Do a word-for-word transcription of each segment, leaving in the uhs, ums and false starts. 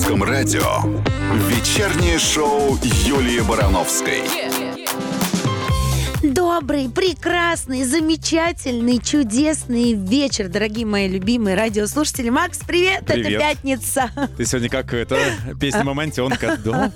Русском радио вечернее шоу Юлии Барановской. Добрый, прекрасный, замечательный, чудесный вечер, дорогие мои любимые радиослушатели. Макс, привет, Привет. Это пятница. Ты сегодня как это, песня «Мамонтенка». Да?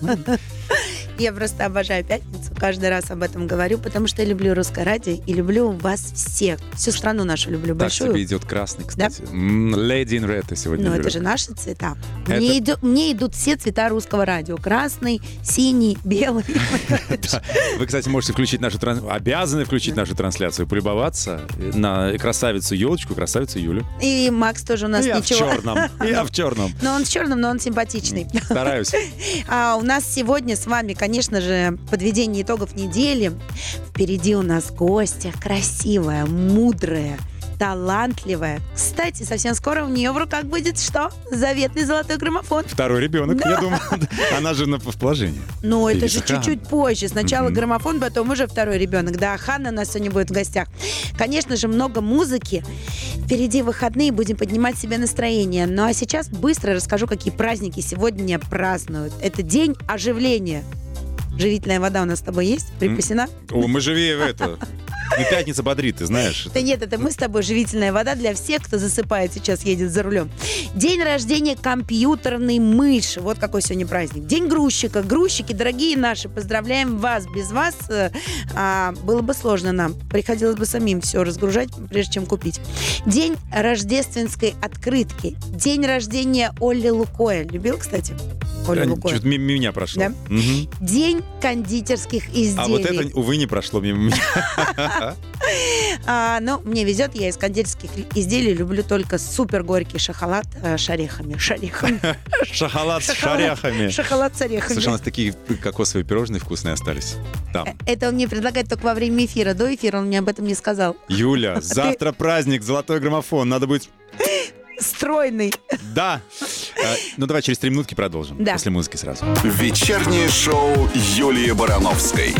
Я просто обожаю пятницу, каждый раз об этом говорю, потому что я люблю русское радио и люблю вас всех. Всю страну нашу люблю, Так большую. тебе идет красный, кстати. М, Lady in Red ты сегодня Ну, это берешь. же наши цвета. Это- Мне, иду- мне идут все цвета русского радио. Красный, синий, белый. Да. Вы, кстати, можете включить нашу тран- обязаны включить нашу трансляцию, полюбоваться на красавицу Елочку, красавицу Юлю. И Макс тоже у нас Я в ничего. черном. Я в черном. Но он в черном, но он симпатичный. Стараюсь. А у нас сегодня с вами, конечно же, подведение итогов недели. Впереди у нас гостья красивая, мудрая, талантливая. Кстати, совсем скоро у нее в руках будет что? Заветный золотой граммофон. Второй ребенок, я думаю. Она же на- в положении. Но это же Певица чуть-чуть позже. Сначала Мгм. граммофон, потом уже второй ребенок. Да, Ханна у нас сегодня будет в гостях. Конечно же, много музыки. Впереди выходные, будем поднимать себе настроение. Ну а сейчас быстро расскажу, какие праздники сегодня празднуют. Это день оживления. Живительная вода у нас с тобой есть? Припасена? О, мы живее в это. И пятница бодрит, ты знаешь. Да нет, это мы с тобой живительная вода для всех, кто засыпает сейчас, едет за рулем. День рождения компьютерной мыши. Вот какой сегодня праздник. День грузчика. Грузчики, дорогие наши, поздравляем вас. Без вас э, а, было бы сложно нам. Приходилось бы самим все разгружать, прежде чем купить. День рождественской открытки. День рождения Олли Лукоя. Любил, кстати? Олли Лукоя. Чуть мимо меня прошло. Да? Мгм. День кондитерских изделий. А вот это, увы, не прошло мимо меня. А, ну, мне везет, я из кондитерских изделий люблю только супер горький шоколад э, с орехами. С орехами. Шоколад с Шоколад. шаряхами. Шоколад с орехами. Слушай, у нас такие кокосовые пирожные вкусные остались. Там. Это он мне предлагает только во время эфира. До эфира он мне об этом не сказал. Юля, завтра праздник, золотой граммофон. Надо будет... Стройный. Да. А, Ну, давай через три минутки продолжим. Да. После музыки сразу. Вечернее шоу Юлии Барановской.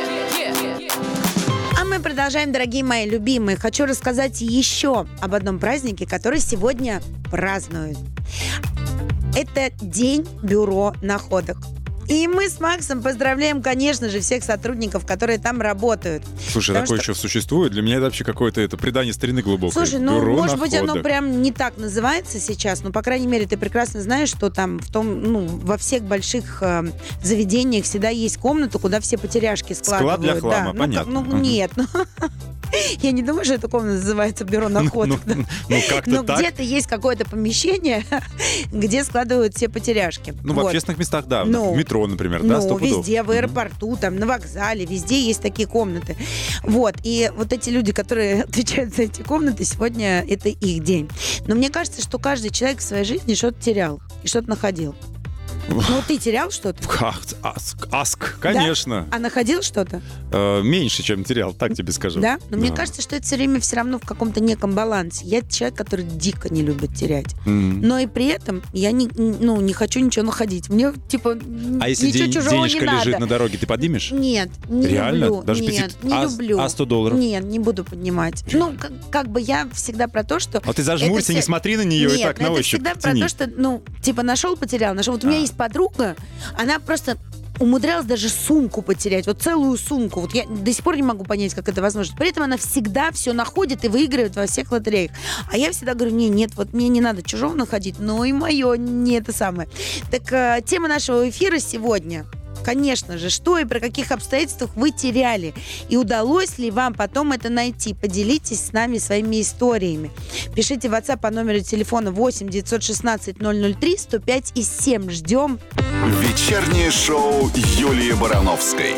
А мы продолжаем, дорогие мои любимые. Хочу рассказать еще об одном празднике, который сегодня празднуют. Это День бюро находок. И мы с Максом поздравляем, конечно же, всех сотрудников, которые там работают. Слушай, Потому такое что- еще существует? Для меня это вообще какое-то это предание старины глубокой. Слушай, ну, Бюро может быть, оно находок. прям не так называется сейчас, но, по крайней мере, ты прекрасно знаешь, что там в том, ну, во всех больших э, заведениях всегда есть комната, куда все потеряшки складывают. Склад для хлама, да. понятно. Ну, как- ну, Мгм. нет, ну, я не думаю, что эта комната называется бюро находок. Ну, ну, ну, как-то Но так. где-то есть какое-то помещение, где складывают все потеряшки. Ну, в Вот. общественных местах, да. Ну, в метро, например, да, Ну, сто пудов. везде, в Мгм. аэропорту, там, на вокзале, везде есть такие комнаты. Вот, и вот эти люди, которые отвечают за эти комнаты, сегодня это их день. Но мне кажется, что каждый человек в своей жизни что-то терял и что-то находил. Ну, ты терял что-то? Как? Аск, аск, конечно. А находил что-то? Э, меньше, чем терял, так тебе скажу. Да? Но мне Да. кажется, что это все время все равно в каком-то неком балансе. Я человек, который дико не любит терять. М. Но и при этом я не, ну, не хочу ничего находить. Мне, типа, А если ничего день- чужого не денежка надо. лежит на дороге, ты поднимешь? Нет, не Реально? люблю. Даже Нет, пяти- не а, люблю. А сто долларов? Нет, не буду поднимать. Ну, как, как бы я всегда про то, что... А ты зажмурься, это не все- смотри на нее и Нет, так ну, на это ощупь всегда про тяни. то, что, ну, типа, нашел, потерял, нашел. Вот у меня А. есть подруга, она просто умудрялась даже сумку потерять, вот целую сумку. Вот я до сих пор не могу понять, как это возможно. При этом она всегда все находит и выигрывает во всех лотереях. А я всегда говорю, не, нет, вот мне не надо чужого находить, но и мое не это самое. Так э, тема нашего эфира сегодня... Конечно же, что и при каких обстоятельствах вы теряли. И удалось ли вам потом это найти? Поделитесь с нами своими историями. Пишите в WhatsApp по номеру телефона восемь девятьсот шестнадцать ноль ноль три сто пять и семь. Ждем. Вечернее шоу Юлии Барановской.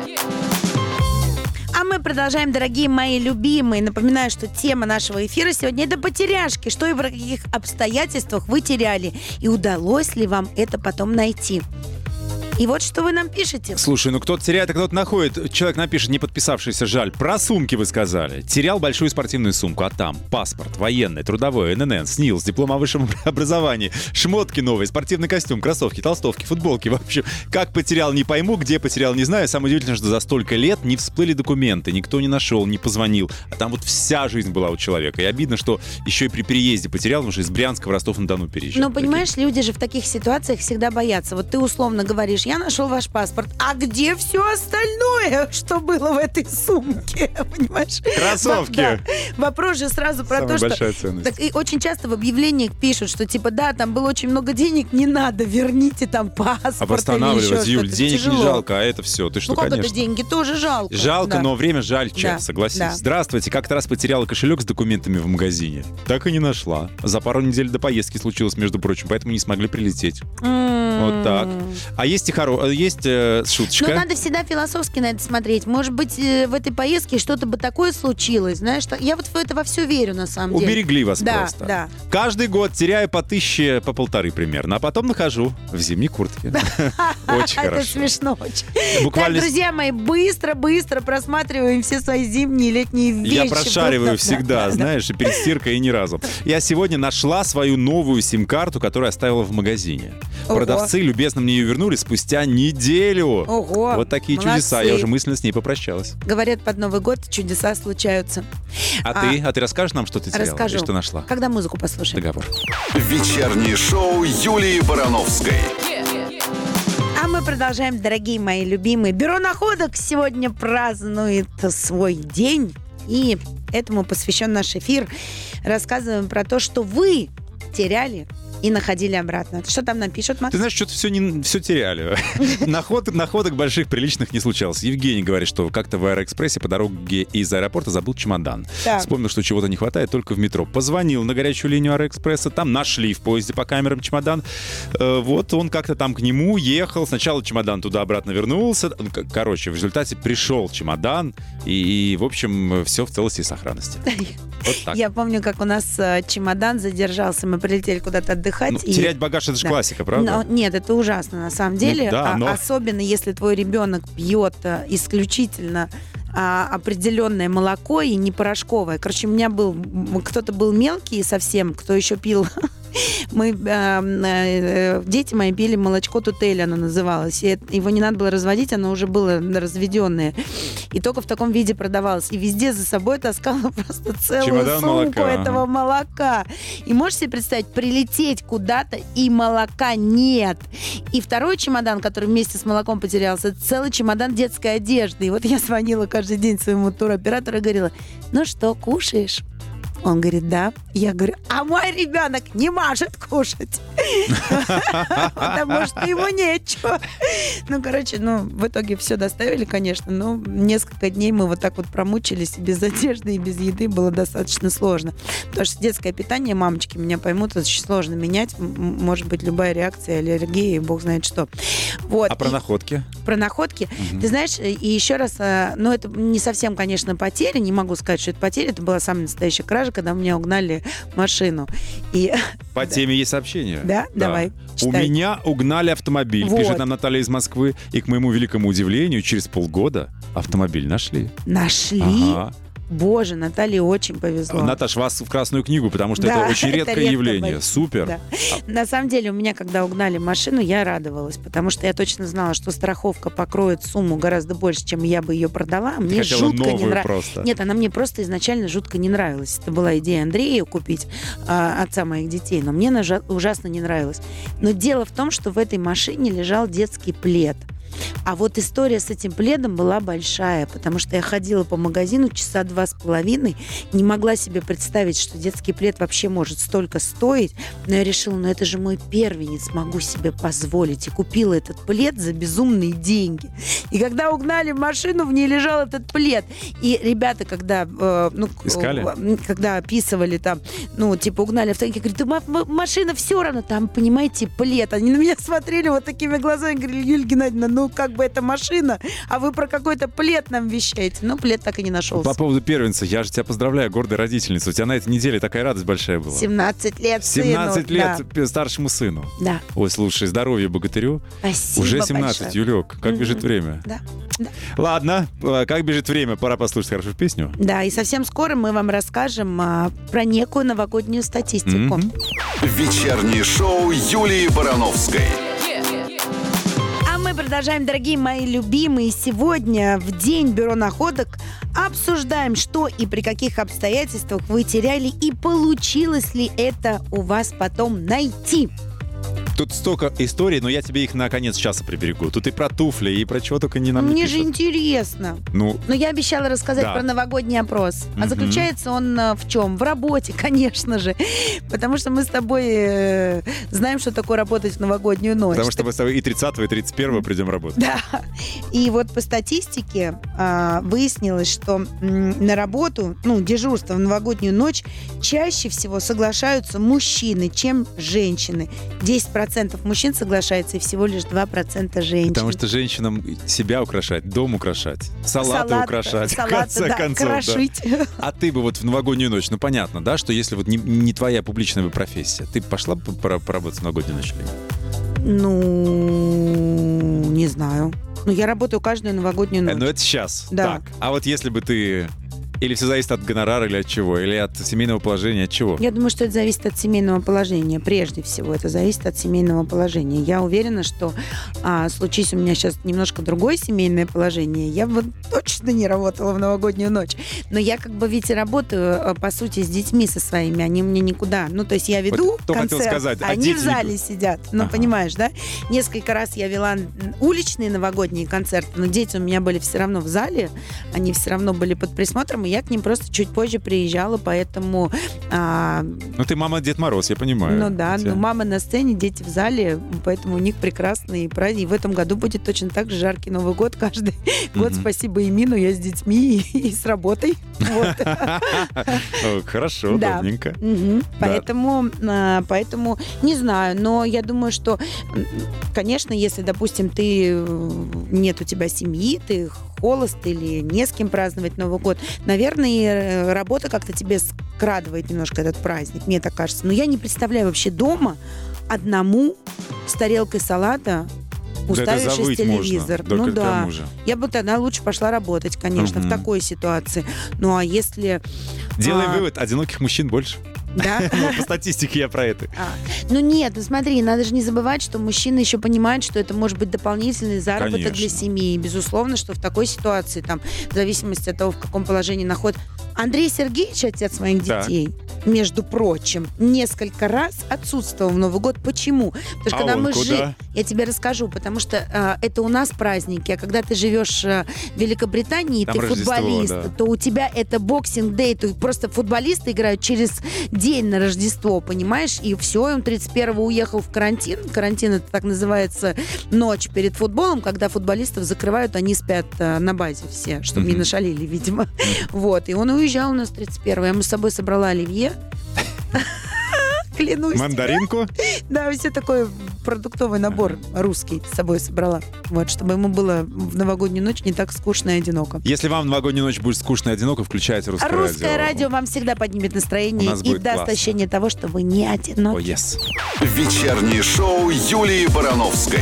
А мы продолжаем, дорогие мои любимые. Напоминаю, что тема нашего эфира сегодня — это потеряшки. Что и при каких обстоятельствах вы теряли. И удалось ли вам это потом найти? И вот что вы нам пишете. Слушай, ну кто-то теряет, а кто-то находит. Человек напишет, не подписавшийся, жаль. Про сумки вы сказали. Терял большую спортивную сумку, а там паспорт, военный, трудовой, эн эн эн, СНИЛС, диплом о высшем образовании, шмотки новые, спортивный костюм, кроссовки, толстовки, футболки. В общем, как потерял, не пойму, где потерял, не знаю. Самое удивительное, что за столько лет не всплыли документы, никто не нашел, не позвонил. А там вот вся жизнь была у человека. И обидно, что еще и при переезде потерял, потому что из Брянска в Ростов-на-Дону переезжал. Но понимаешь, люди же в таких ситуациях всегда боятся. Вот ты условно говоришь, я нашел ваш паспорт, а где все остальное, что было в этой сумке? Понимаешь? Кроссовки. Да. Вопрос же сразу про Самая то, большая что... ценность. Так, и очень часто в объявлениях пишут, что типа, да, там было очень много денег, не надо, верните там паспорт. А восстанавливать, Юль, денег тяжело. не жалко, а это все. Ты что, Ну как конечно. это деньги? Тоже жалко. Жалко, Да. но время жальче, Да, согласись. да. Здравствуйте, как-то раз потеряла кошелек с документами в магазине. Так и не нашла. За пару недель до поездки случилось, между прочим, поэтому не смогли прилететь. Вот так. А есть и хоро... есть э, шуточка. Но надо всегда философски на это смотреть. Может быть, э, в этой поездке что-то бы такое случилось. Знаешь, так- я вот в это во все верю, на самом деле. Уберегли вас Да, просто. да. Каждый год теряю по тысяче, по полторы примерно, а потом нахожу в зимней куртке. Очень Это хорошо. смешно очень. Буквально Так, друзья мои, быстро-быстро просматриваем все свои зимние и летние вещи. Я прошариваю Просто- всегда, да, да. знаешь, и перед стиркой, и ни разу. Я сегодня нашла свою новую сим-карту, которую оставила в магазине. Ого. Продавцы любезно мне ее вернули спустя неделю. Ого, Вот такие молодцы. чудеса. Я уже мысленно с ней попрощалась. Говорят, под Новый год чудеса случаются. А, А, ты? А ты расскажешь нам, что ты теряла? Расскажу. И что нашла? Когда музыку послушаем. Договор. Вечернее шоу Юлии Барановской. А мы продолжаем, дорогие мои любимые. Бюро находок сегодня празднует свой день. И этому посвящен наш эфир. Рассказываем про то, что вы теряли и находили обратно. Что там нам пишут, Макс? Ты знаешь, что-то все, не, все теряли. Наход, находок больших, приличных не случалось. Евгений говорит, что как-то в Аэроэкспрессе по дороге из аэропорта забыл чемодан. Так. Вспомнил, что чего-то не хватает только в метро. Позвонил на горячую линию Аэроэкспресса. Там нашли в поезде по камерам чемодан. Э, вот он как-то там к нему ехал. Сначала чемодан туда-обратно вернулся. Ну, к- Короче, в результате пришел чемодан. И, и, в общем, все в целости и сохранности. Вот так. Я помню, как у нас э, чемодан задержался. Мы прилетели куда-то отдыхать. Ну, и... терять багаж — это же Да. классика, правда? Но, нет, это ужасно на самом деле. Ну да, А- но- Особенно если твой ребенок пьет э, исключительно а, определенное молоко и не порошковое. Короче, у меня был м, кто-то был мелкий совсем, кто еще пил. Мы, э, э, дети мои пили молочко Тутель, оно называлось. И это- его не надо было разводить, оно уже было разведенное. И только в таком виде продавалось. И везде за собой таскала просто целую Чемодан сумку молока, этого ага. молока. И можешь себе представить, прилететь куда-то, и молока нет. И второй чемодан, который вместе с молоком потерялся, это целый чемодан детской одежды. И вот я звонила каждый день своему туроператору и говорила: ну что, кушаешь? Он говорит: да. Я говорю: а мой ребенок не может кушать. Потому что ему нечего. Ну, короче, ну, в итоге все доставили, конечно, но несколько дней мы вот так вот промучились, и без одежды, и без еды было достаточно сложно. Потому что детское питание, мамочки меня поймут, это очень сложно менять. М- Может быть любая реакция, аллергия, и бог знает что. Вот. А про И- находки? про находки. Ты знаешь, и еще раз, э, ну, это не совсем, конечно, потеря, не могу сказать, что это потеря, это была самая настоящая кража, когда у меня угнали машину. И По теме есть сообщение. Да? Давай, У читай. меня угнали автомобиль, Вот. пишет нам Наталья из Москвы. И, к моему великому удивлению, через полгода автомобиль нашли. нашли. Ага. Боже, Наталье очень повезло. Наташ, вас в красную книгу, потому что Да, это очень это редкое редко явление. бывает. Супер. Да. На самом деле, у меня, когда угнали машину, я радовалась, потому что я точно знала, что страховка покроет сумму гораздо больше, чем я бы ее продала. Ты Мне хотела жутко не новую нравилось. просто. Нет, она мне просто изначально жутко не нравилась. Это была идея Андрея купить, а, отца моих детей, но мне она жа- ужасно не нравилась. Но дело в том, что в этой машине лежал детский плед. А вот история с этим пледом была большая, потому что я ходила по магазину часа два с половиной, не могла себе представить, что детский плед вообще может столько стоить, но я решила, ну это же мой первенец, могу себе позволить, и купила этот плед за безумные деньги. И когда угнали машину, в ней лежал этот плед. И ребята, когда э, ну, Искали? э, когда описывали там, ну типа угнали автомобиль, говорят: да ма- ма- машина все равно, там, понимаете, плед. Они на меня смотрели вот такими глазами, говорили: Юлия Геннадьевна, ну ну как бы это машина, а вы про какой-то плед нам вещаете. Но плед так и не нашелся. По поводу первенца, я же тебя поздравляю, гордая родительница. У тебя на этой неделе такая радость большая была. семнадцать лет сыну. семнадцать лет Да. старшему сыну. Да. Ой, слушай, здоровья богатырю. Спасибо Уже семнадцать, большое. Юлек. Как бежит время. Да. Да. Ладно, э, как бежит время, пора послушать хорошую песню. Да, и совсем скоро мы вам расскажем а, про некую новогоднюю статистику. Мгм. Вечернее шоу Юлии Барановской. А мы продолжаем, дорогие мои любимые. Сегодня, в День бюро находок, обсуждаем, что и при каких обстоятельствах вы теряли и получилось ли это у вас потом найти. Тут столько историй, но я тебе их на конец часа приберегу. Тут и про туфли, и про чего только не нам не Мне же пишут. интересно. Ну, Но я обещала рассказать Да. про новогодний опрос. А Мгм. заключается он а, в чем? В работе, конечно же. Потому что мы с тобой э, знаем, что такое работать в новогоднюю ночь. потому что мы с тобой и тридцатого, и тридцать первого придем работать. Да. И вот по статистике а, выяснилось, что м, на работу, ну, дежурство в новогоднюю ночь чаще всего соглашаются мужчины, чем женщины. десять процентов мужчин соглашается и всего лишь два процента женщин. Потому что женщинам себя украшать, дом украшать, салаты Салат- украшать, в салаты, конце да, концов. да. крошить. А ты бы вот в новогоднюю ночь, ну понятно, да, что если вот не, не твоя публичная бы профессия, ты бы пошла бы пора- поработать в новогоднюю ночь? или нет? Ну, не знаю. Ну, я работаю каждую новогоднюю Э, ночь. Ну это сейчас. Да. Так. А вот если бы ты... Или все зависит от гонорара, или от чего? Или от семейного положения, от чего? Я думаю, что это зависит от семейного положения. Прежде всего, это зависит от семейного положения. Я уверена, что а, случись у меня сейчас немножко другое семейное положение, я бы точно не работала в новогоднюю ночь. Но я как бы ведь и работаю, а, по сути, с детьми со своими. Они мне никуда. Ну, то есть я веду Вот то хотел концерт, сказать, а они дети в не зале будут. сидят. Ну, Ага. понимаешь, да? Несколько раз я вела уличные новогодние концерты, но дети у меня были все равно в зале. Они все равно были под присмотром, и я к ним просто чуть позже приезжала, поэтому... а, Ну ты мама Дед Мороз, я понимаю. ну да, Хотя- ну мама на сцене, дети в зале, поэтому у них прекрасный праздник. И в этом году будет точно так же жаркий Новый год каждый год. Мгм. Спасибо Имину, я с детьми и, и с работой. Вот. О, Хорошо, Да. удобненько. Мгм. Да. Поэтому, а, поэтому не знаю, но я думаю, что, м, конечно, если, допустим, ты э, нет у тебя семьи, ты холост или не с кем праздновать Новый год, наверное, и, э, работа как-то тебе скрадывает немножко этот праздник, мне так кажется. Но я не представляю вообще дома одному с тарелкой салата, Да это уставившись в завыть телевизор. можно, только Ну к да. тому же. Я бы тогда лучше пошла работать, конечно, Мгм. в такой ситуации. Ну а если... Делай а, вывод, одиноких мужчин больше. Да? Ну, по статистике я про это. А, ну нет, ну смотри, надо же не забывать, что мужчина еще понимает, что это может быть дополнительный заработок Конечно. для семьи. И, безусловно, что в такой ситуации, там, в зависимости от того, в каком положении находится. Андрей Сергеевич, отец моих Так. детей, между прочим, несколько раз отсутствовал в Новый год. Почему? Потому что А когда он мы куда? жили, я тебе расскажу, потому что э, это у нас праздники, а когда ты живешь э, в Великобритании, Там ты Рождество, футболист, да. то у тебя это боксинг-дэй, то просто футболисты играют через день на Рождество, понимаешь? И все, он тридцать первого уехал в карантин. Карантин — это так называется ночь перед футболом, когда футболистов закрывают, они спят э, на базе все, чтобы не Мгм. нашалили, видимо. Вот, и он уезжал у нас тридцать первого. Я ему с собой собрала оливье. Клянусь. Мандаринку? Да, все такой продуктовый набор русский с собой собрала. Вот, чтобы ему было в новогоднюю ночь не так скучно и одиноко. Если вам в новогоднюю ночь будет скучно и одиноко, включайте русское А радио. русское радио вам всегда поднимет У настроение нас и будет даст классно. ощущение того, что вы не О, одиноки. yes. Вечернее шоу Юлии Барановской.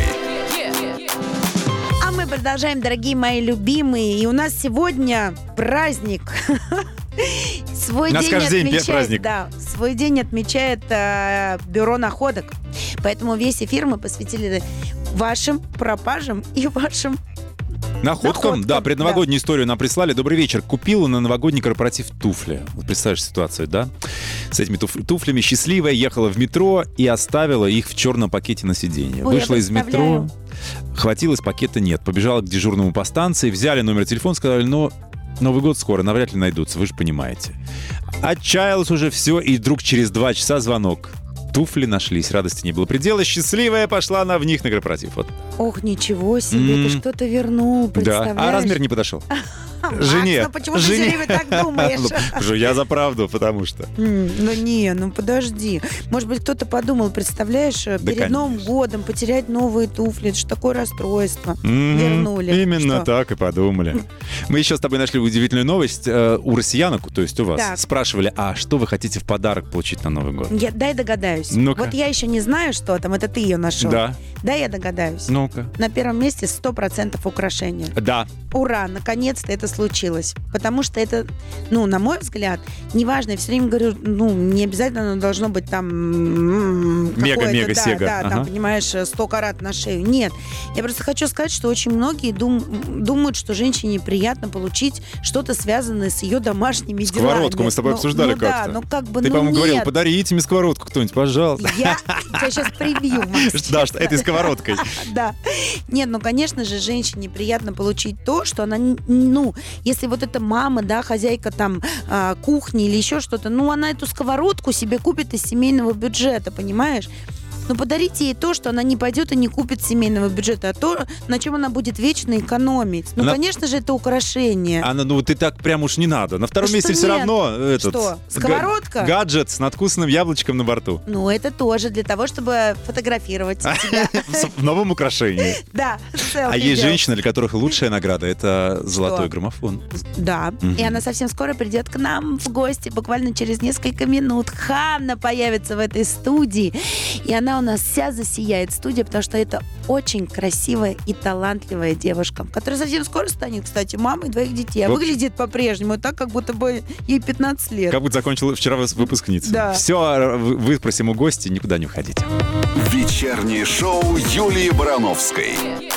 А мы продолжаем, дорогие мои любимые. И у нас сегодня праздник. Свой У нас день каждый день отмечает, праздник. да, свой день отмечает э, бюро находок. Поэтому весь эфир мы посвятили вашим пропажам и вашим Находкам, Находкам, да, предновогоднюю историю нам прислали. Добрый вечер. Купила на новогодний корпоратив туфли. Вот представляешь ситуацию, да? С этими туф- туфлями счастливая, ехала в метро и оставила их в черном пакете на сиденье. Ой, я Вышла из метро, представляю. хватилось, пакета нет. Побежала к дежурному по станции, взяли номер телефона, сказали, ну, Новый год скоро, навряд ли найдутся, вы же понимаете. Отчаялось уже все, и вдруг через два часа звонок. Туфли нашлись, радости не было предела. Счастливая пошла она в них на корпоратив. Вот. Ох, ничего себе, М. ты что-то вернул, Да. представляешь? А размер не подошел. Жене. Макс, ну почему ты Жене. все время так думаешь? Ну, потому что я за правду, потому что. М, Ну не, ну подожди. Может быть, кто-то подумал, представляешь, перед конечно. Новым годом потерять новые туфли, это же такое расстройство. Мгм. Вернули. Именно Что? так и подумали. Мы еще с тобой нашли удивительную новость. Э, У россиянок, то есть у вас, Так. спрашивали, а что вы хотите в подарок получить на Новый год? Я, дай догадаюсь. Ну-ка. Вот я еще не знаю, что там, это ты ее нашел. Да. Да, я догадаюсь. Ну-ка. На первом месте сто процентов украшения. Да. Ура, наконец-то это случилось. Потому что это, ну, на мой взгляд, неважно, я все время говорю, ну, не обязательно оно должно быть там... м, Мега, какое-то, мега, да, сега. Да, Ага. там, понимаешь, сто карат на шею. Нет. Я просто хочу сказать, что очень многие дум- думают, что женщине приятно получить что-то, связанное с ее домашними делами. Сковородку мы с тобой Ну, обсуждали ну, да, как-то. ну как бы, Ты, ну по-моему, говорил, нет. подарите мне сковородку кто-нибудь, пожалуйста. Я тебя сейчас прибью, Макс. Да, что этой сковородкой. Да. Нет, ну, конечно же, женщине приятно получить то, что она, н- ну, если вот эта мама, да, хозяйка там а, кухни или еще что-то, ну, она эту сковородку себе купит из семейного бюджета, понимаешь? Но подарите ей то, что она не пойдет и не купит с семейного бюджета, а то, на чем она будет вечно экономить. Ну, Она- конечно же, это украшение. Анна, ну ты так прям уж не надо. На втором Что месте все нет? равно этот... Что, сковородка? га- Гаджет с надкусанным яблочком на борту. Ну, это тоже для того, чтобы фотографировать себя. В новом украшении. Да, А селфи есть делать. женщины, для которых лучшая награда — это золотой граммофон. Да, Мгм. и она совсем скоро придет к нам в гости, буквально через несколько минут. Ханна появится в этой студии, и она у нас вся засияет, студия, потому что это очень красивая и талантливая девушка, которая совсем скоро станет, кстати, мамой двоих детей, а Вот. выглядит по-прежнему так, как будто бы ей пятнадцать лет. Как будто закончила вчера выс- выпускница. Да. Все, выпросим у гостя, никуда не уходите. Вечернее шоу Юлии Барановской.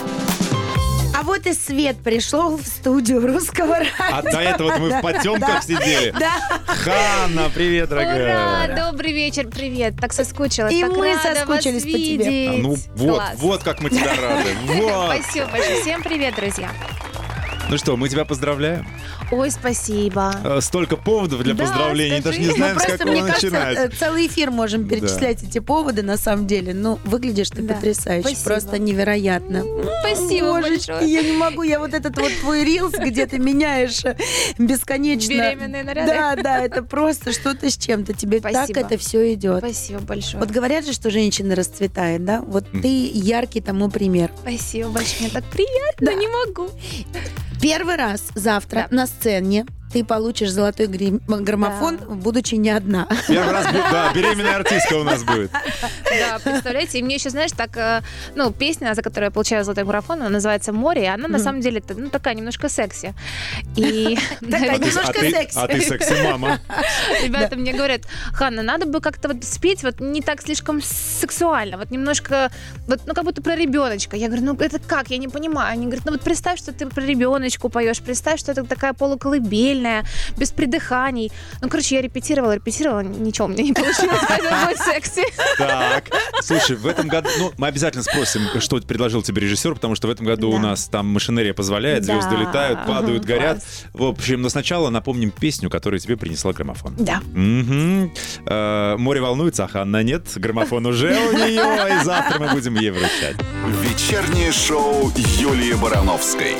А вот и Свет пришел в студию Русского радио. А до этого мы в потемках сидели. Да. Ханна, привет, дорогая. Ура! Добрый вечер, привет. Так соскучилась. И так мы рада соскучились вас по тебе. видеть. А, ну вот, Класс. вот как мы тебя рады. Вот. Спасибо большое. Всем привет, друзья. Ну что, мы тебя поздравляем. Ой, спасибо. Э, Столько поводов для Да, поздравлений, даже скажи. не Ну, знаем, с Просто, какого мне кажется, начинать. э, целый эфир можем перечислять эти поводы, на самом деле. Ну, выглядишь ты Да. потрясающе, Спасибо. просто невероятно. Спасибо Божечки, большое. я не могу, я вот этот вот твой рилс, где ты меняешь э, бесконечно. Беременные наряды. Да, да, это просто что-то с чем-то. Тебе так Спасибо. это все идет. Спасибо большое. Вот говорят же, что женщина расцветает, да? Вот Мгм. ты яркий тому пример. Спасибо большое. Мне так приятно, Да. не могу. Первый раз завтра Да. на сцене ты получишь золотой грим- граммофон, Да. будучи не одна. Первый раз, будет- да, беременная артистка у нас будет. Да, представляете, и мне еще, знаешь, так, э, ну, песня, за которую я получаю золотой графон, она называется «Море», и она на Мгм. самом деле, ну, такая немножко секси. И Такая А ты- немножко а ты- секси. А ты секси-мама. ребята мне говорят: Ханна, надо бы как-то вот спеть вот не так слишком сексуально, вот немножко, вот, ну, как будто про ребеночка. Я говорю, ну, это как? Я не понимаю. Они говорят, ну, вот представь, что ты про ребеночку поешь, представь, что это такая полуколыбельная, без придыханий. Ну, короче, я репетировала, репетировала, ничего у меня не получилось, поэтому будет секси. Так, слушай, в этом году, ну, мы обязательно спросим, что предложил тебе режиссер, потому что в этом году у Да. нас там машинерия позволяет, Да. звезды летают, падают, Мгм, горят. класс. В общем, но сначала напомним песню, которую тебе принесла граммофон. Да. Мгм. Э, Море волнуется, а Ханна нет. Граммофон уже у нее, и завтра мы будем ей вручать. Вечернее шоу Юлии Барановской.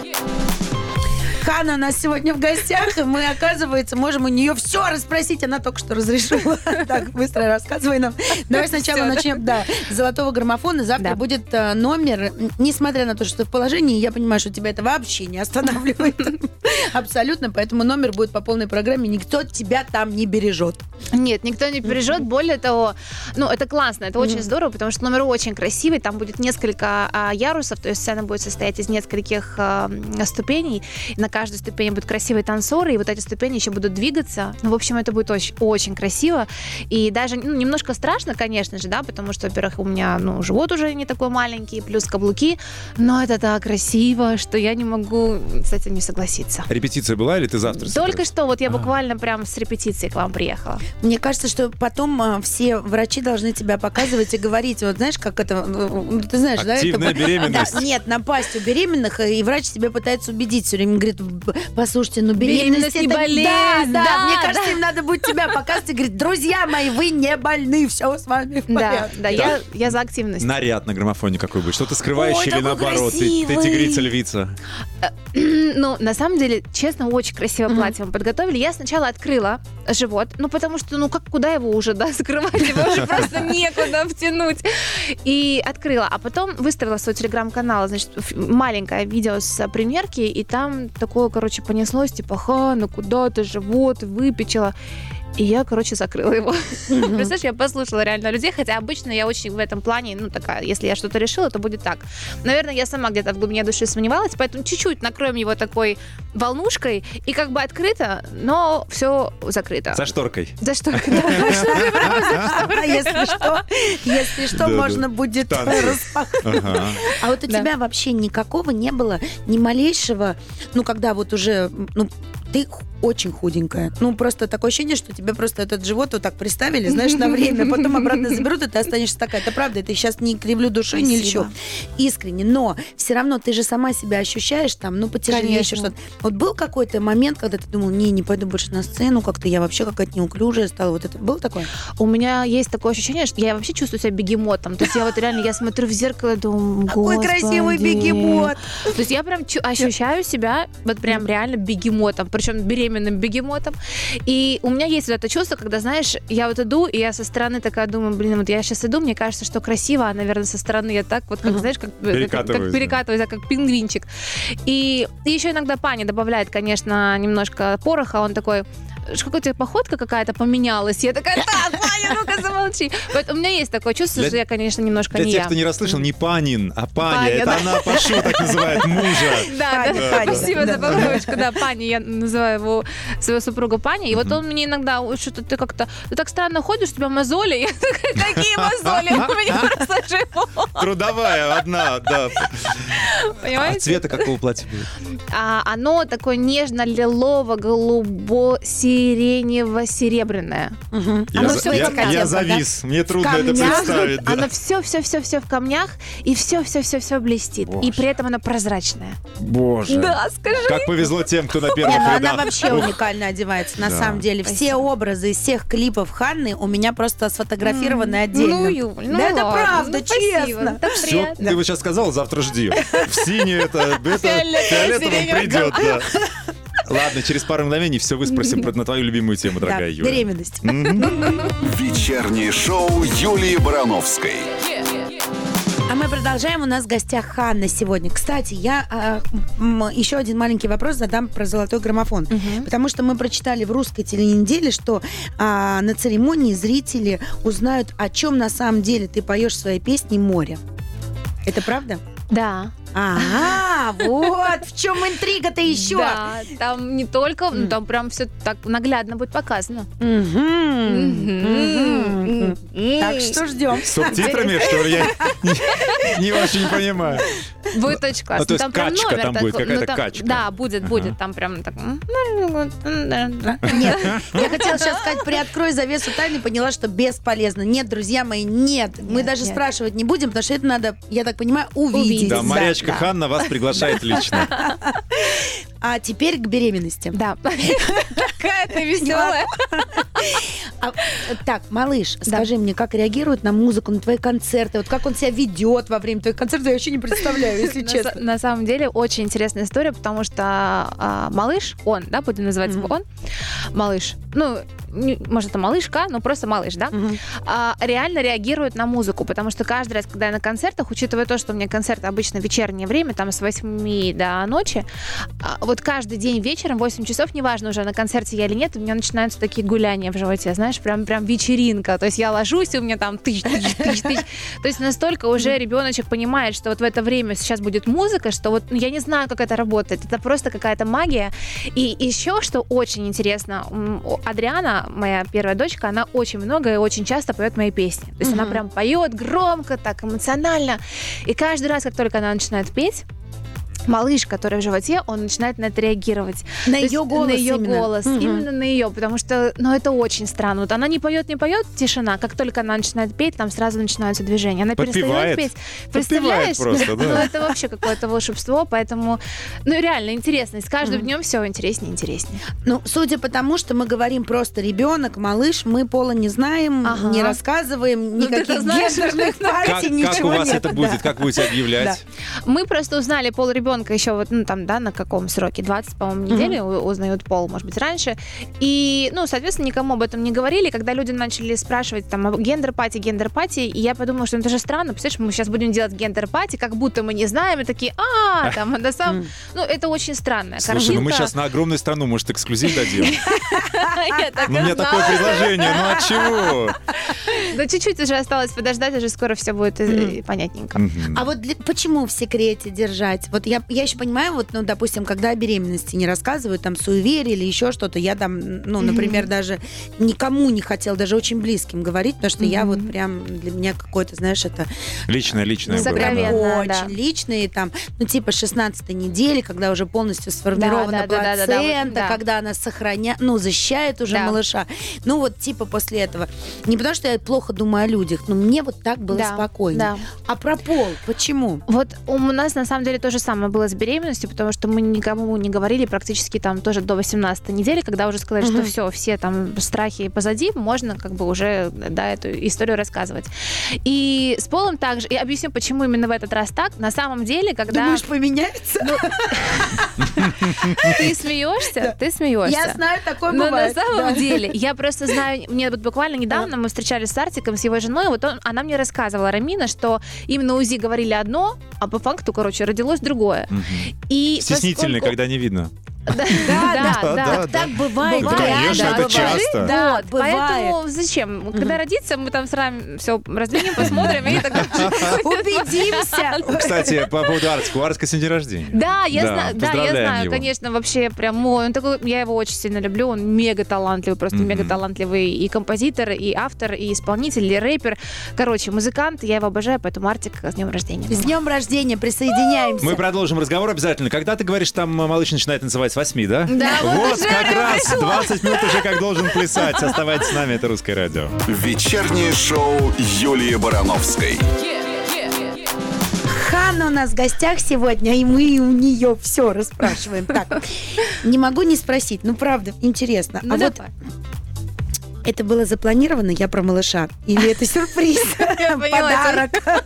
Ханна у нас сегодня в гостях, и мы, оказывается, можем у нее все расспросить. Она только что разрешила. Так, быстро рассказывай нам. Давай сначала Всё, да? начнем, да, с золотого граммофона. Завтра Да. будет э, номер. Несмотря на то, что ты в положении, я понимаю, что тебя это вообще не останавливает. Абсолютно. Поэтому номер будет по полной программе. Никто тебя там не бережет. Нет, никто не бережет. Более того, ну, это классно, это очень здорово, потому что номер очень красивый. Там будет несколько а, ярусов, то есть сцена будет состоять из нескольких а, ступеней. На каждой ступени будут красивые танцоры, и вот эти ступени еще будут двигаться. Ну, в общем, это будет очень, очень красиво. И даже ну, немножко страшно, конечно же, да, потому что, во-первых, у меня ну, живот уже не такой маленький, плюс каблуки. Но это так красиво, что я не могу с этим не согласиться. Репетиция была или ты завтра Только собираешься? что вот я А. буквально прям с репетиции к вам приехала. Мне кажется, что потом а, все врачи должны тебя показывать и говорить, вот знаешь, как это, ну, ты знаешь, да? Активная это, беременность. Да, нет, напасть у беременных, и врач тебя пытается убедить все время, говорит, б- послушайте, ну беременность, Беременность не это- болезнь, Да, да, да, мне да. кажется, им надо будет тебя показывать и говорить, друзья мои, вы не больны, все с вами в Да, порядке. да, я, я за активность. Наряд на граммофоне какой будет? Что-то скрывающее Ой, или такой наоборот? Ты, ты красивый. тигрица, львица. Ну, на самом деле, честно, очень красивое Мгм. платье мы подготовили. Я сначала открыла живот, ну, потому что, ну, как, куда его уже, да, скрывать? Его уже просто некуда втянуть. И открыла. А потом выставила свой телеграм-канал, значит, ф- маленькое видео с примерки, и там такое, короче, понеслось, типа, ха, ну куда ты живот выпечила? И я, короче, закрыла его. Представляешь, я послушала реально людей, хотя обычно я очень в этом плане, ну, такая, если я что-то решила, то будет так. Наверное, я сама где-то в глубине души сомневалась, поэтому чуть-чуть накроем его такой волнушкой, и как бы открыто, но все закрыто. За шторкой. За шторкой, да. За шторкой, прямо за шторкой. А если что, если что, Да-да. можно будет Танцы. распахнуть. Ага. А вот у Да. тебя вообще никакого не было, ни малейшего, ну, когда вот уже, ну, ты х- очень худенькая. Ну, просто такое ощущение, что тебе просто этот живот вот так приставили, знаешь, на время, потом обратно заберут, и ты останешься такая. Это правда, это сейчас не кривлю душой, не льщу. Спасибо. Искренне. Но все равно ты же сама себя ощущаешь там, ну, потяжелее еще Конечно. что-то. Вот был какой-то момент, когда ты думал, не, не пойду больше на сцену, как-то я вообще какая-то неуклюжая стала. Вот это было такое? У меня есть такое ощущение, что я вообще чувствую себя бегемотом. То есть я вот реально, я смотрю в зеркало и думаю, Какой «Господи». красивый бегемот! То есть я прям чу- ощущаю себя вот прям реально бегемотом, причем беременным бегемотом. И у меня есть вот это чувство, когда, знаешь, я вот иду, и я со стороны такая думаю, блин, вот я сейчас иду, мне кажется, что красиво, а, наверное, со стороны я так вот, как, Мгм. знаешь, как, как, Перекатываюсь, как да. перекатываюсь, да, как пингвинчик. И, и еще иногда Паня добавляет, конечно, немножко пороха, он такой, какая-то у тебя походка какая-то поменялась. Я такая, так, Паня, ну-ка замолчи. Вот у меня есть такое чувство, Для- что я, конечно, немножко Для не тех, я. кто не расслышал, не Панин, а Паня. Паня, Это да. она Пашу так называет мужа. Да, Паня, да, Паня, спасибо да. за поправочку. Да, Паня, я называю его, своего супруга Паня. И вот он мне иногда, «Ой, что-то ты как-то, ты так странно ходишь, у тебя мозоли. Я такая, какие мозоли? У меня просто живот. Трудовая одна, да. А Понимаете? цвета какого платья будет? А, оно такое нежно-лилово-голубо-сиренево-серебряное. Мгм. Я, Оно за- всё я- в камнях, я да? завис. Мне трудно это камнях? представить. да. Оно все-все-все-все в камнях, и все-все-все-все блестит. Боже. И при этом оно прозрачное. Боже. Да, скажи. Как повезло тем, кто на Не, первых ну она рядах. вообще Ух. уникально одевается, на Да. самом деле. Все Спасибо. образы из всех клипов Ханны у меня просто сфотографированы отдельно. Ну, Юль, ну Да это ладно, правда, ну, спасибо, честно. так Все, приятно. ты вот сейчас сказал, завтра жди. В синюю это, это Фиолетово, фиолетовым сиреневым. придет, да. Ладно, через пару мгновений все выспросим про- на твою любимую тему, Да, дорогая Юля. беременность. Вечернее шоу Юлии Барановской. А мы продолжаем. У нас в гостях Ханна сегодня. Кстати, я а, м, еще один маленький вопрос задам про золотой граммофон. Мгм. Потому что мы прочитали в русской теленеделе, что а, на церемонии зрители узнают, о чем на самом деле ты поешь в своей песне «Море». Это правда? Да. Ага, вот в чем интрига-то еще. Да, там не только, ну, там прям все так наглядно будет показано. Мгм. Мгм. Мгм. Так что ждем. С субтитрами, что ли? Я не- не очень не понимаю. Будет очень классно. А, то есть там прям качка номер там будет, такой, какая-то ну, там- качка. Да, будет, Ага. будет. Там прям так. м, да. Нет, я хотела сейчас сказать, приоткрой завесу тайны, поняла, что бесполезно. Нет, друзья мои, нет. Мы Нет, даже нет. спрашивать не будем, потому что это надо, я так понимаю, увидеть. Увидеть. Да, морячка да. Ханна вас приглашает лично. А теперь к беременности. Да. Такая ты веселая. А, так, малыш, скажи мне, как реагирует на музыку, на твои концерты? Вот как он себя ведет во время твоих концертов, я вообще не представляю, если На честно. са- На самом деле очень интересная история, потому что а, малыш, он, да, будем называть его Мгм. он, малыш, ну, не- может, это малышка, но просто малыш, да, Мгм. а, реально реагирует на музыку, потому что каждый раз, когда я на концертах, учитывая то, что у меня концерты обычно в вечернее время, там с восьми до ночи, а, вот каждый день вечером, восемь часов, неважно уже на концерте я или нет, у меня начинаются такие гуляния в животе, знаешь, прям, прям вечеринка, то есть я ложусь, и у меня там тысяч, тысяч, тысяч, тысяч. То есть настолько уже ребеночек понимает, что вот в это время сейчас будет музыка, что вот ну, я не знаю, как это работает, это просто какая-то магия. И еще, что очень интересно, м, о- Адриана, моя первая дочка, она очень много и очень часто поет мои песни. То есть она Мгм. прям поет громко, так эмоционально. И каждый раз, как только она начинает петь, малыш, который в животе, он начинает на это реагировать. На То есть ее голос На ее именно. голос, Мгм. именно на ее, потому что, ну, это очень странно. Вот она не поет, не поет, тишина. Как только она начинает петь, там сразу начинаются движения. Она Подпевает. перестает петь. Подпевает Представляешь? просто, да. Ну, это вообще какое-то волшебство, поэтому, ну, реально интересно. С каждым Мгм. днем все интереснее и интереснее. Ну, судя по тому, что мы говорим просто ребенок, малыш, мы пола не знаем, Ага. не рассказываем, Ну, ты никаких знаешь, гендерных Как, партий, как ничего у вас нет. это будет? Да. Как будете объявлять? Мы просто узнали пол ребенка еще вот, ну, там, да, на каком сроке? двадцать, по-моему, недели у- узнают пол, может быть, раньше. И, ну, соответственно, никому об этом не говорили. Когда люди начали спрашивать там о гендер-пати, гендер-пати, и я подумала, что это же странно. Представляешь, мы сейчас будем делать гендер-пати, как будто мы не знаем, и такие, а, там, на самом... Ну, это очень странная Слушай, ну мы картинка. сейчас на огромную страну, может, эксклюзив дадим? Я так Ну, и у меня знала. такое предложение, ну от чего? Да чуть-чуть уже осталось подождать, уже скоро все будет э, понятненько. Мгм. А вот для- почему в секрете держать? Вот я, я еще понимаю, вот, ну, допустим, когда о беременности не рассказывают, там, суеверие или еще что-то, я там, ну, например, даже никому не хотела, даже очень близким говорить, потому что я вот прям, для меня какое-то, знаешь, это Личное, личное ну, было, прям да. Сокровенно. очень да. личные, там, ну, типа шестнадцатой недели, когда уже полностью сформирована Да, да, да, да, да, плацента, вот, да. когда она сохраняет, ну, защищает уже Да. малыша. Ну, вот, типа, после этого. Не потому, что я плохо думаю о людях, но мне вот так было Да, спокойнее. да. А про пол, почему? Вот у нас на самом деле то же самое было с беременностью, потому что мы никому не говорили практически там тоже до восемнадцатой недели, когда уже сказали, что Мгм. все, все там страхи позади, можно как бы уже, да, эту историю рассказывать. И с полом также, и объясню, почему именно в этот раз так. На самом деле, когда Думаешь, поменяется? ты смеешься, ты смеешься. Я знаю, такое Но бывает. на самом да. деле, я просто знаю, мне вот буквально недавно мы встречались с Артиком, с его женой, вот он, она мне рассказывала, Рамина, что им на УЗИ говорили одно, а по факту, короче, родилось другое. Мгм. И Стеснительный, поскольку- когда не видно. Да, Да, да, да, да. да. Так, так бывает. Ну, Бывает, конечно, реально это бывает. часто. Да, Вот, бывает. поэтому зачем? Когда родится, мы там с вами все раздвинем, посмотрим и так далее. Убедимся. Кстати, по поводу Арцика. У Арцика сегодня день рождения. Да, я Да, знаю, да, я поздравляем знаю, его. конечно, вообще прям мой, он такой, я его очень сильно люблю, он мега талантливый, просто Мгм. мега талантливый и композитор, и автор, и исполнитель, и рэпер, короче, музыкант, я его обожаю, поэтому Артик, с днем рождения. С днем рождения, присоединяемся. Мы продолжим разговор обязательно. Когда ты говоришь, там малыш начинает танцевать с восьми, да? Да, вот Вот уже как раз пришло. двадцать минут уже как должен плясать. Оставайтесь с нами, это «Русское радио». Вечернее шоу Юлии Барановской. Ханна у нас в гостях сегодня, и мы у нее все расспрашиваем. Так, не могу не спросить, ну правда, интересно. Ну, а вот давай. это было запланировано, я про малыша? Или это сюрприз? поняла, Подарок?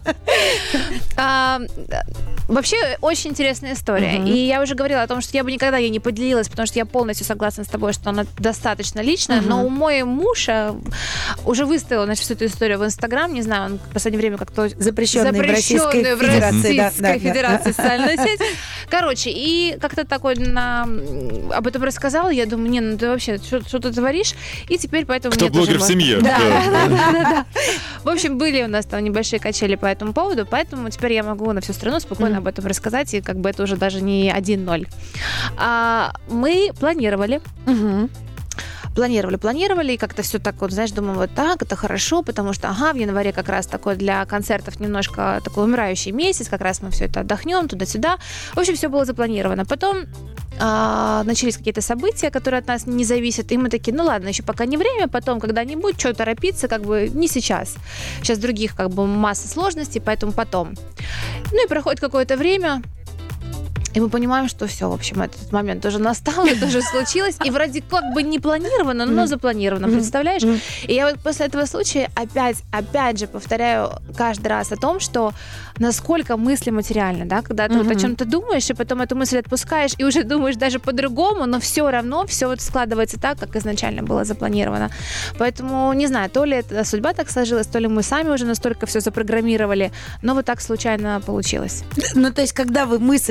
А, Вообще, очень интересная история. Мгм. И я уже говорила о том, что я бы никогда ей не поделилась, потому что я полностью согласна с тобой, что она достаточно личная. Мгм. Но мой муж а, уже выставил, значит, всю эту историю в Инстаграм. Не знаю, он в последнее время как-то... Запрещенный в Российской Запрещенную в Федерации. да, Российской да, да, Федерации да. социальная сеть. Короче, и как-то такой на... об этом рассказала. Я думаю, не, ну ты вообще, что, что ты творишь? И теперь поэтому Кто мне тоже блогер в можно. семье? Да, Да. да, да, да, да. В общем, были у нас там небольшие качели по этому поводу, поэтому теперь я могу на всю страну спокойно Мгм. об этом рассказать, и как бы это уже даже не один ноль. А, мы планировали, Мгм. планировали, планировали, и как-то все так вот, знаешь, думаю, вот так, это хорошо, потому что, ага, в январе как раз такой для концертов немножко такой умирающий месяц, как раз мы все это отдохнем туда-сюда. В общем, все было запланировано. Потом а, начались какие-то события, которые от нас не зависят, и мы такие, ну ладно, еще пока не время, потом когда-нибудь, что торопиться, как бы не сейчас. Сейчас других как бы масса сложностей, поэтому потом. Ну и проходит какое-то время, и мы понимаем, что все, в общем, этот момент уже настал, это уже случилось, и вроде как бы не планировано, но Мгм. запланировано, Мгм. представляешь? Мгм. И я вот после этого случая опять, опять же повторяю каждый раз о том, что насколько мысли материальны, да, когда ты вот о Мгм. чем-то думаешь, и потом эту мысль отпускаешь, и уже думаешь даже по-другому, но все равно все вот складывается так, как изначально было запланировано. Поэтому, не знаю, то ли это судьба так сложилась, то ли мы сами уже настолько все запрограммировали, но вот так случайно получилось. Ну, то есть, когда вы мысль-то по-настоящему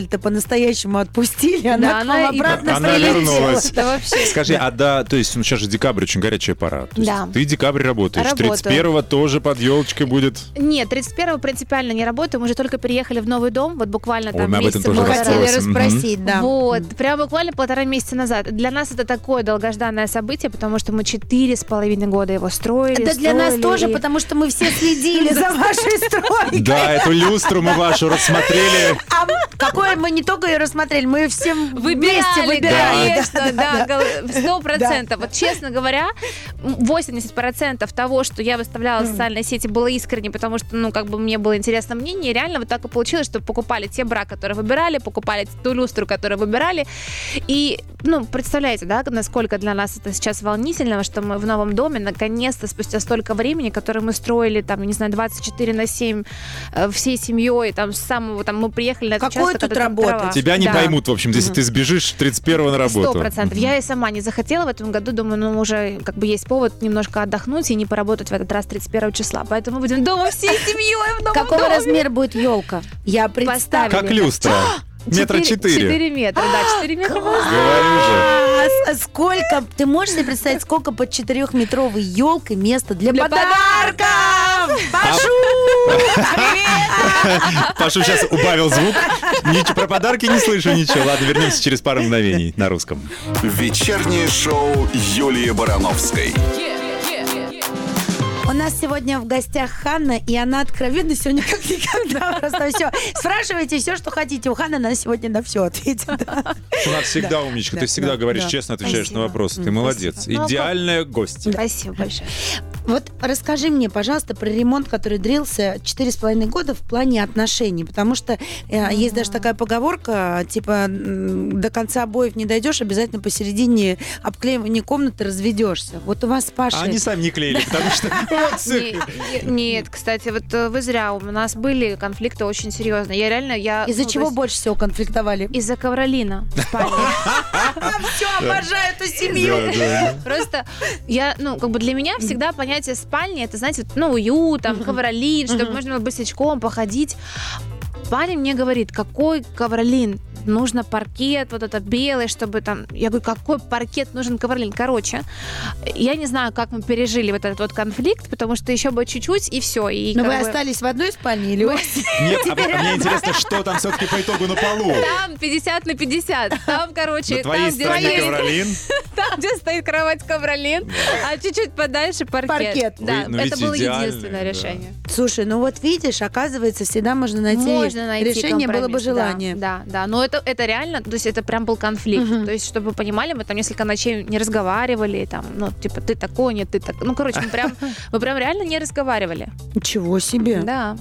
по-настоящему отпустили, она Да, к она вам и обратно Она прилетела. вернулась. Да вообще. Скажи, а да, то есть, ну сейчас же декабрь, очень горячая пора. То есть Да. ты декабрь работаешь, Работаю. тридцать первого тоже под елочкой будет. Нет, тридцать первого принципиально не работаю. Мы уже только переехали в новый дом, вот буквально Ой, там мы об этом месяца тоже Мы полтора. хотели Спросим. расспросить, да. Вот, прям буквально полтора месяца назад. Для нас это такое долгожданное событие, потому что мы четыре с половиной года его строили. Это для нас строили, тоже, и- потому что мы все следили за вашей стройкой. Да, эту люстру мы вашу рассмотрели. А м- какое мы не только ее рассмотрели, мы ее всем вместе Выбирали, выбирали. конечно, да, гол- сто Да. процентов. Вот честно говоря, восемьдесят процентов того, что я выставляла в социальной сети, было искренне, потому что, ну, как бы мне было интересно мнение, и реально вот так и получилось, что покупали те бра, которые выбирали, покупали ту люстру, которую выбирали, и, ну, представляете, да, насколько для нас это сейчас волнительно, что мы в новом доме, наконец-то, спустя столько времени, которое мы строили, там, я не знаю, двадцать четыре на семь, э, всей семьей, там, с самого, там, мы приехали на этот Какое участок, тут когда там работать? трава. Тебя не Да. поймут, в общем, если ты сбежишь тридцать первого на работу. Сто процентов. Я и сама не захотела в этом году. Думаю, ну уже как бы есть повод немножко отдохнуть и не поработать в этот раз тридцать первого числа. Поэтому мы будем дома всей семьей в новом Какого доме. размера будет елка? Я представила. Как люстра. Метра четыре. Четыре метра, да, четыре метра. Говорю же. А, с- а сколько, ты можешь себе представить, сколько под четырехметровой елкой места для, Для подарков? Пашу! Пашу сейчас убавил звук. Ничего, про подарки не слышу ничего. Ладно, вернемся через пару мгновений на русском. Вечернее шоу Юлии Барановской. У нас сегодня в гостях Ханна, и она откровенно сегодня как никогда просто все. Спрашивайте все, что хотите. У Ханны она сегодня на все ответит. Она всегда умничка. Да, Ты всегда да, говоришь да. честно, отвечаешь Спасибо. на вопросы. Ты М, молодец. спасибо. Ну, Идеальная гостья. Спасибо большое. Вот расскажи мне, пожалуйста, про ремонт, который длился четыре с половиной года в плане отношений, потому что э, есть даже такая поговорка, типа, м, до конца обоев не дойдешь, обязательно посередине обклеивания комнаты разведешься. Вот у вас с Пашей... А они сами не клеили, потому что... вот всё. Не- не- Нет, кстати, вот э, вы зря. У нас были конфликты очень серьезные. Я реально, я... Из-за ну, то чего есть больше всего конфликтовали? Из-за ковролина в спальне. Все, обожаю эту семью. Да, да. Просто я, ну, как бы для меня всегда понятие спальни, это, знаете, вот, ну, уют, там, ковролин, чтобы можно было босичком походить. Парень мне говорит, какой ковролин? Нужно паркет, вот это белый, чтобы там... Я говорю, какой паркет нужен ковролин? Короче, я не знаю, как мы пережили вот этот вот конфликт, потому что еще бы чуть-чуть, и все. И Но как вы бы- остались в одной спальне или у вас? Нет, а а мне интересно, что там все-таки по итогу на полу. Там пятьдесят на пятьдесят. Там, короче, На твоей там, где стороне стоит- ковролин. там, где стоит кровать ковролин, а чуть-чуть подальше паркет. Паркет. Да, Вы- ну, это видите, было идеально, единственное да. решение. Слушай, ну вот видишь, оказывается, всегда можно найти, Можно найти решение, было бы компромисс, да, желание. Да, да, но это, это реально, то есть это прям был конфликт. Мгм. То есть, чтобы вы понимали, мы там несколько ночей не разговаривали, там, ну, типа, ты такой, нет, ты так. Ну, короче, мы прям, мы прям реально не разговаривали. Ничего себе. Да.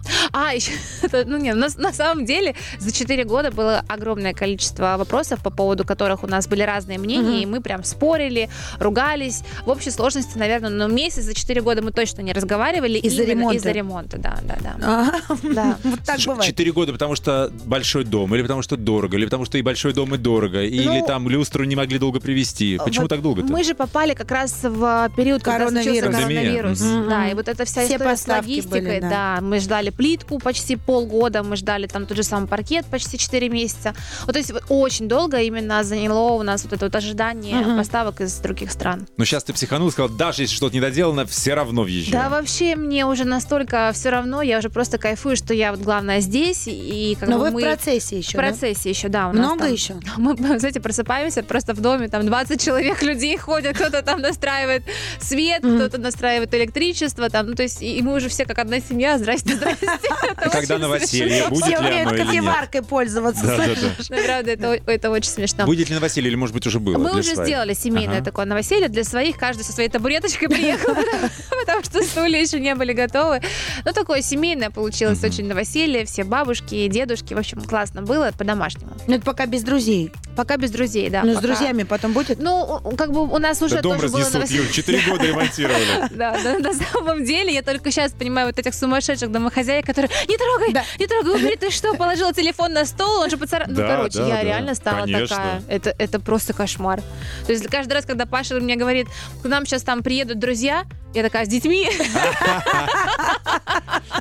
А, еще, это, ну не, на, на самом деле за четыре года было огромное количество вопросов, по поводу которых у нас были разные мнения, Мгм. и мы прям спорили, ругались. В общей сложности, наверное, ну, месяц за четыре года мы точно не разговаривали. Из-за именно ремонта. Из-за ремонта, да, да, да. Ага. Да. Вот так Слушай, бывает. Четыре года, потому что большой дом, или потому что дорого, или потому что и большой дом, и дорого, или Ну, там люстру не могли долго привезти. Почему Вот так долго-то? Мы же попали как раз в период, когда случился Коронавирус. коронавирус. Мгм. Да, и вот эта вся Все история с поставки логистикой, были, да. да. Мы ждали плитку почти полгода, мы ждали там тот же самый паркет почти четыре месяца. Вот, то есть вот очень долго именно заняло у нас вот это вот ожидание Мгм. поставок из других стран. Но сейчас ты психанул и сказал, даже если что-то недоделано, все равно въезжай. Да, вообще мне уже настолько все равно, я уже просто кайфую, что я вот главное здесь, и как Но бы вы мы... в процессе еще, В процессе еще, да. У нас Много там- еще? Мы, знаете, просыпаемся просто в доме, там двадцать человек людей ходят, кто-то там настраивает свет, Мгм. кто-то настраивает электричество, там, ну, то есть, и и мы уже все как одна семья, здрасте, здрасте. Это И когда очень новоселье, смешно. будет Все ли умеют оно или нет? кофеваркой пользоваться. Да, да, да. Ну, правда, это, о- это очень смешно. Будет ли новоселье, или, может быть, уже было? Мы для уже своих? сделали семейное Ага. такое новоселье для своих, каждый со своей табуреточкой приехал, потому что стулья еще не были готовы. Ну, такое семейное получилось Мгм. очень новоселье, все бабушки, дедушки, в общем, классно было по-домашнему. Ну, это пока без друзей. Пока без друзей, да. Ну, с пока. друзьями потом будет? Ну, как бы у нас уже Да дом тоже было разнесут, новоселье. Юль, четыре года ремонтировали. Да, да, на самом деле, я только сейчас понимаю вот этих сумасшедших домохозяек, которые не трогай, Да. не трогай, убери, ты что, положила телефон на стол, он же поцарапал. Ну, Да, короче, да, я да, реально стала конечно. такая. Это, это просто кошмар. То есть каждый раз, когда Паша мне говорит, к нам сейчас там приедут друзья, я такая, с детьми?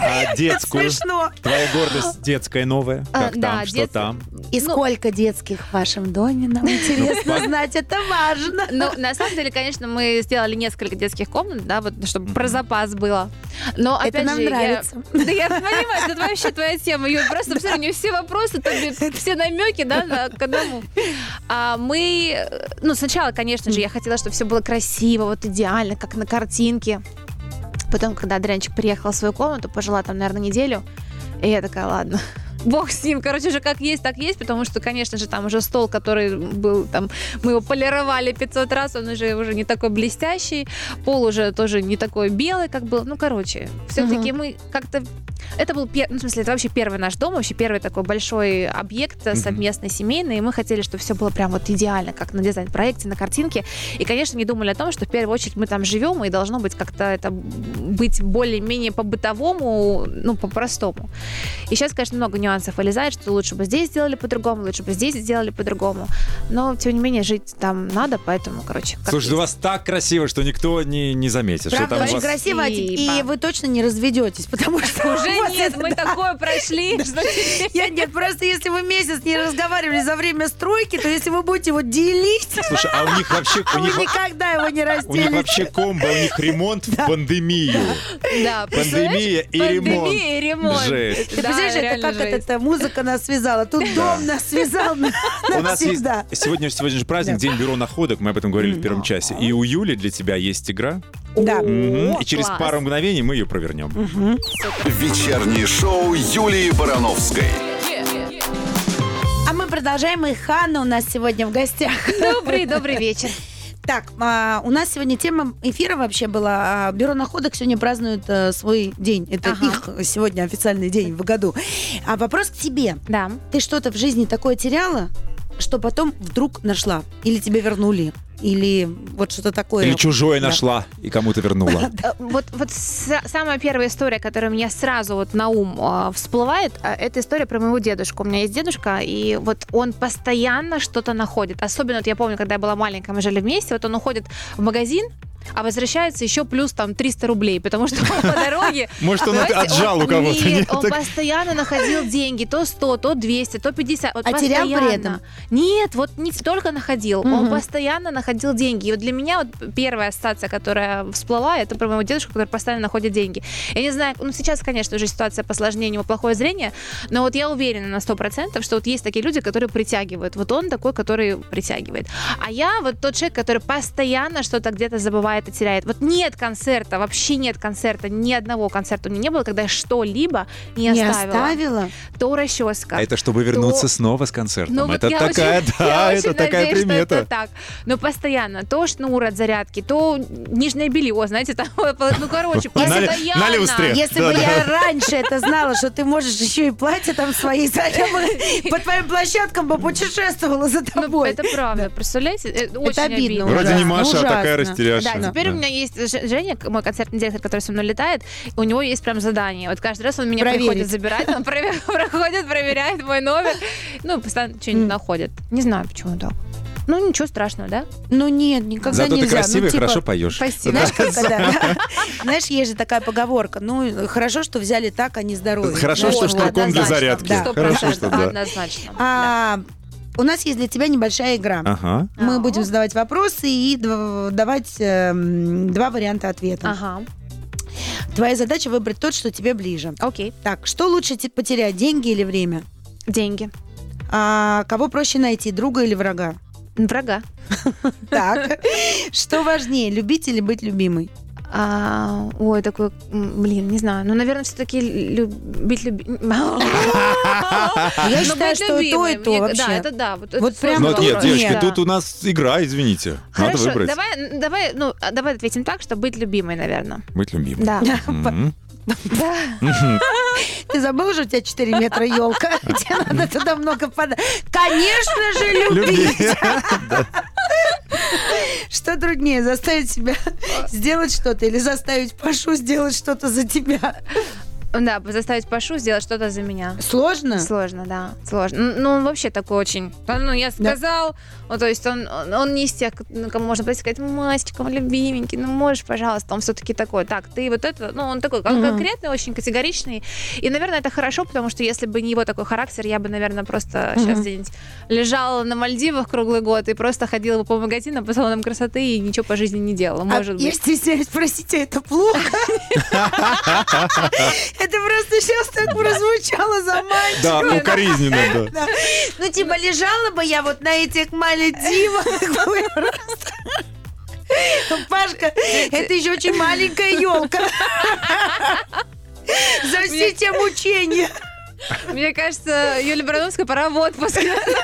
А детскую? Смешно. Твоя гордость детская новая? А, Как да, там? Что детская. там? И Ну- сколько детских в вашем доме? Нам интересно знать, это важно. Ну, на самом деле, конечно, мы сделали несколько детских комнат, да, вот, чтобы про запас было. Но, опять Это нам же, я- нравится. Да я понимаю, это вообще твоя тема. Юль, просто, посмотри, не все вопросы, там, все намеки, да, на- к одному. А мы, ну, сначала, конечно же, я хотела, чтобы все было красиво, вот идеально, как на картинке. Потом, когда Адрианчик приехал в свою комнату, пожила там, наверное, неделю, и я такая, ладно, бог с ним, короче, уже как есть, так есть, потому что, конечно же, там уже стол, который был там, мы его полировали пятьсот раз, он уже, уже не такой блестящий, пол уже тоже не такой белый, как был, ну, короче, все-таки мы как-то... Это был, пер... ну, в смысле, это вообще первый наш дом, вообще первый такой большой объект совместный, семейный, и мы хотели, чтобы все было прям вот идеально, как на дизайн-проекте, на картинке, и, конечно, не думали о том, что в первую очередь мы там живем, и должно быть как-то это быть более-менее по-бытовому, ну, по-простому. И сейчас, конечно, много нюансов вылезает, что лучше бы здесь сделали по-другому, лучше бы здесь сделали по-другому, но, тем не менее, жить там надо, поэтому, короче, как Слушай, есть. у вас так красиво, что никто не, не заметит. Правда, что там у очень вас... красиво, а те- и Спасибо. вы точно не разведетесь, потому что Уже у вас нет, это- мы такое прошли, что Я, нет, просто если вы месяц не разговаривали за время стройки, то если вы будете его делить, Слушай, а у них вообще... У вы них, во- никогда его не у них разделите. вообще комбо, у них ремонт в пандемию. Да, Пандемия и ремонт. Пандемия и ремонт. Жесть. Ты Да, представляешь, это реально как жесть. это, эта музыка нас связала. Тут дом нас связал на- У нас есть навсегда. сегодня, сегодня же праздник, Да. День бюро находок, мы об этом говорили в первом часе. И у Юли для тебя есть игра. Да. Мгм. О, И через класс. пару мгновений мы ее провернем. Вечернее шоу Юлии Барановской. А мы продолжаем, и Ханна у нас сегодня в гостях. Добрый, добрый вечер. Так, а, у нас сегодня тема эфира вообще была. а, Бюро находок сегодня празднует а, свой день. Это Ага. их сегодня официальный день в году. А вопрос к тебе. Да. Ты что-то в жизни такое теряла, что потом вдруг нашла? Или тебе вернули? Или вот что-то такое? Или чужое Да. нашла и кому-то вернула. Э, Вот, вот с- самая первая история, которая мне сразу вот на ум э, всплывает, э, это история про моего дедушку. У меня есть дедушка, и вот он постоянно что-то находит. Особенно, вот я помню, когда я была маленькая, мы жили вместе, вот он уходит в магазин, а возвращается еще плюс там триста рублей, потому что он по дороге... Может, он Понимаете, отжал он- у кого-то. Нет, нет? он Так- постоянно находил деньги, то сто, то двести, то пятьдесят. Вот А терял при постоянно. этом? Нет, вот не только находил, он Мгм. постоянно находил деньги. И вот для меня вот первая ассоциация, которая всплыла, это про моего дедушку, который постоянно находит деньги. Я не знаю, ну сейчас, конечно, уже ситуация посложнее, у него плохое зрение, но вот я уверена на сто процентов, что вот есть такие люди, которые притягивают. Вот он такой, который притягивает. А я вот тот человек, который постоянно что-то где-то забывает и теряет. Вот нет концерта, вообще нет концерта, ни одного концерта у меня не было, когда я что-либо не, Не оставила. оставила? То расческа. А это чтобы вернуться то- снова с концертом. Ну, вот это я такая, очень- да, я это очень такая надеюсь, что примета. это так. Но постоянно то шнур от зарядки, то нижнее белье, знаете, там, ну, короче, На ли- постоянно. на люстре. Если бы я раньше это знала, что ты можешь еще и платье там свои, я бы по твоим площадкам бы путешествовала за Ну, тобой. это правда, представляете? Это очень обидно обидно. Вроде не ужасно, Маша, а такая ужасно. растеряшая. Да, теперь у меня есть Ж- Женя, мой концертный директор, который со мной летает, у него есть прям задание. Вот каждый раз он меня Проверить. приходит забирать, он провер- проходит, проверяет мой номер, ну, постоянно что-нибудь М. находит. Не знаю, почему так. Ну, ничего страшного, да? Ну нет, никогда Зато нельзя. ты красивая, ну, типа, хорошо поешь. Спасибо. Знаешь, как это, да? Знаешь, есть же такая поговорка. Ну, хорошо, что взяли так, а не здоровье. Хорошо, Знаешь, что вот, шнурком для однозначно, зарядки. да. Сто Хорошо, процентов, что да. однозначно. Да. А, у нас есть для тебя небольшая игра. Ага. Мы А. будем задавать вопросы и дв- давать эм, два варианта ответа. Ага, Твоя задача выбрать тот, что тебе ближе. окей. Так, что лучше те- потерять, деньги или время? Деньги. А, кого проще найти, друга или врага? Врага. Так, что важнее, любить или быть любимой? А, ой, такой, м, блин, не знаю. Ну, наверное, все-таки любить, любить. Я считаю, что и то, и то вообще. Да, это да. Вот, Вот это прям Ну сложный нет, вопрос. вопрос. девочки, Да. тут у нас игра, извините. Надо Хорошо, выбрать. давай, давай, ну, а давай ответим так, что быть любимой, наверное. Быть любимой. Да. Мгм. Ты забыл же, у тебя четыре метра елка? Тебе надо туда много подать. Конечно же, любить. Люби. Что труднее, заставить себя сделать что-то или заставить Пашу сделать что-то за тебя? Да, заставить Пашу сделать что-то за меня. Сложно? Сложно, да, сложно. Ну, ну, он вообще такой очень... Да, ну, я сказал, да. ну, то есть он, он, он не из тех, кому можно пойти сказать, Масечка, любименький, ну, можешь, пожалуйста. Он все-таки такой, так, ты вот это... Ну, он такой mm-hmm. конкретный, очень категоричный. И, наверное, это хорошо, потому что если бы не его такой характер, я бы, наверное, просто mm-hmm. сейчас где-нибудь лежала на Мальдивах круглый год и просто ходила бы по магазинам, по салонам красоты и ничего по жизни не делала, может а быть. Я стесняюсь спросить, а это плохо? Это просто сейчас так прозвучало заманчиво. Да, укоризненно, да. Ну, типа, лежала бы я вот на этих Мальдивах. Пашка, это еще очень маленькая елка. За все те мучения. Мне кажется, Юлия Барановская, пора в отпуск.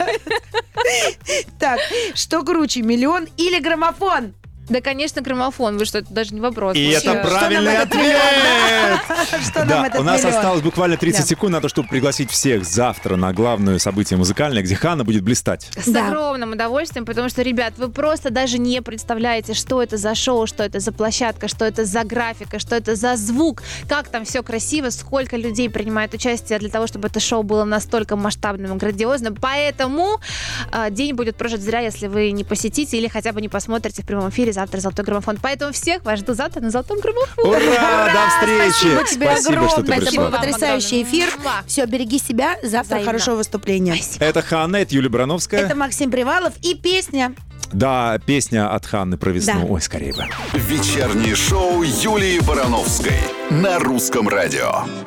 Так, что круче, миллион или граммофон? Да, конечно, граммофон. Вы что, это даже не вопрос. И вообще. это правильный ответ! Что нам Да, этот у нас миллион? осталось буквально тридцать Да. секунд на то, чтобы пригласить всех завтра на главное событие музыкальное, где Ханна будет блистать. С Да. огромным удовольствием, потому что, ребят, вы просто даже не представляете, что это за шоу, что это за площадка, что это за графика, что это за звук, как там все красиво, сколько людей принимает участие для того, чтобы это шоу было настолько масштабным и грандиозным. Поэтому э, день будет прожит зря, если вы не посетите или хотя бы не посмотрите в прямом эфире завтра «Золотой граммофон». Поэтому всех вас жду завтра на «Золотом граммофоне». Ура! До встречи! Спасибо тебе Спасибо, что ты огромное. Это пришла. был потрясающий огромное. эфир. Муа. Все, береги себя. Завтра Взаимно. хорошего выступления. Это Ханна, это Юлия Барановская. Это Максим Привалов и песня. Да, песня от Ханны про весну. Да. Ой, скорее бы. Вечернее шоу Юлии Барановской на Русском радио.